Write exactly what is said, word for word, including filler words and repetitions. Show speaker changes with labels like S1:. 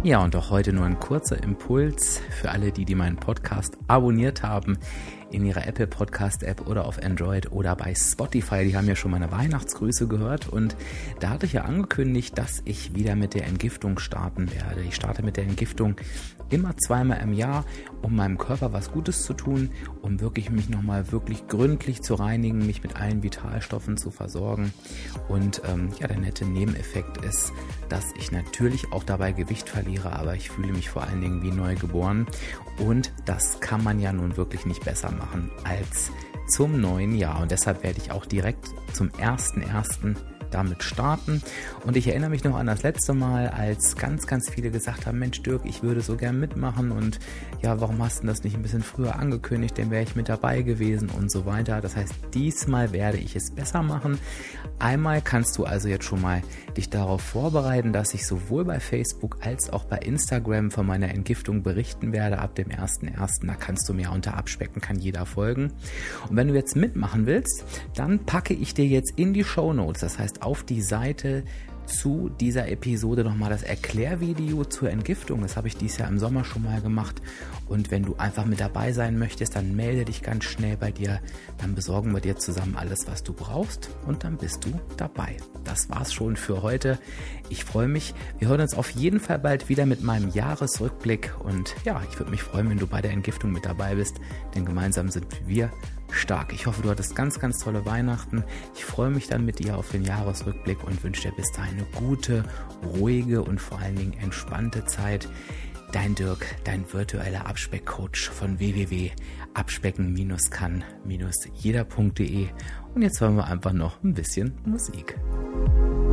S1: Ja, und auch heute nur ein kurzer Impuls für alle, die, die meinen Podcast abonniert haben in ihrer Apple Podcast App oder auf Android oder bei Spotify. Die haben ja schon meine Weihnachtsgrüße gehört und da hatte ich ja angekündigt, dass ich wieder mit der Entgiftung starten werde. Ich starte mit der Entgiftung immer zweimal im Jahr, um meinem Körper was Gutes zu tun, um wirklich mich nochmal wirklich gründlich zu reinigen, mich mit allen Vitalstoffen zu versorgen. Und ähm, ja, der nette Nebeneffekt ist, dass ich natürlich auch dabei Gewicht verliere, aber ich fühle mich vor allen Dingen wie neu geboren. Und das kann man ja nun wirklich nicht besser machen als zum neuen Jahr. Und deshalb werde ich auch direkt zum ersten ersten damit starten. Und ich erinnere mich noch an das letzte Mal, als ganz, ganz viele gesagt haben, Mensch Dirk, ich würde so gern mitmachen und ja, warum hast du das nicht ein bisschen früher angekündigt, dann wäre ich mit dabei gewesen und so weiter. Das heißt, diesmal werde ich es besser machen. Einmal kannst du also jetzt schon mal dich darauf vorbereiten, dass ich sowohl bei Facebook als auch bei Instagram von meiner Entgiftung berichten werde ab dem ersten ersten Da kannst du mir unter Abspecken kann jeder folgen. Und wenn du jetzt mitmachen willst, dann packe ich dir jetzt in die Shownotes, das heißt auf die Seite zu dieser Episode nochmal das Erklärvideo zur Entgiftung. Das habe ich dieses Jahr im Sommer schon mal gemacht. Und wenn du einfach mit dabei sein möchtest, dann melde dich ganz schnell bei dir. Dann besorgen wir dir zusammen alles, was du brauchst. Und dann bist du dabei. Das war's schon für heute. Ich freue mich. Wir hören uns auf jeden Fall bald wieder mit meinem Jahresrückblick. Und ja, ich würde mich freuen, wenn du bei der Entgiftung mit dabei bist. Denn gemeinsam sind wir stark. Ich hoffe, du hattest ganz, ganz tolle Weihnachten. Ich freue mich dann mit dir auf den Jahresrückblick und wünsche dir bis dahin eine gute, ruhige und vor allen Dingen entspannte Zeit. Dein Dirk, dein virtueller Abspeckcoach von w w w punkt abspecken kann jeder punkt de. Und jetzt hören wir einfach noch ein bisschen Musik.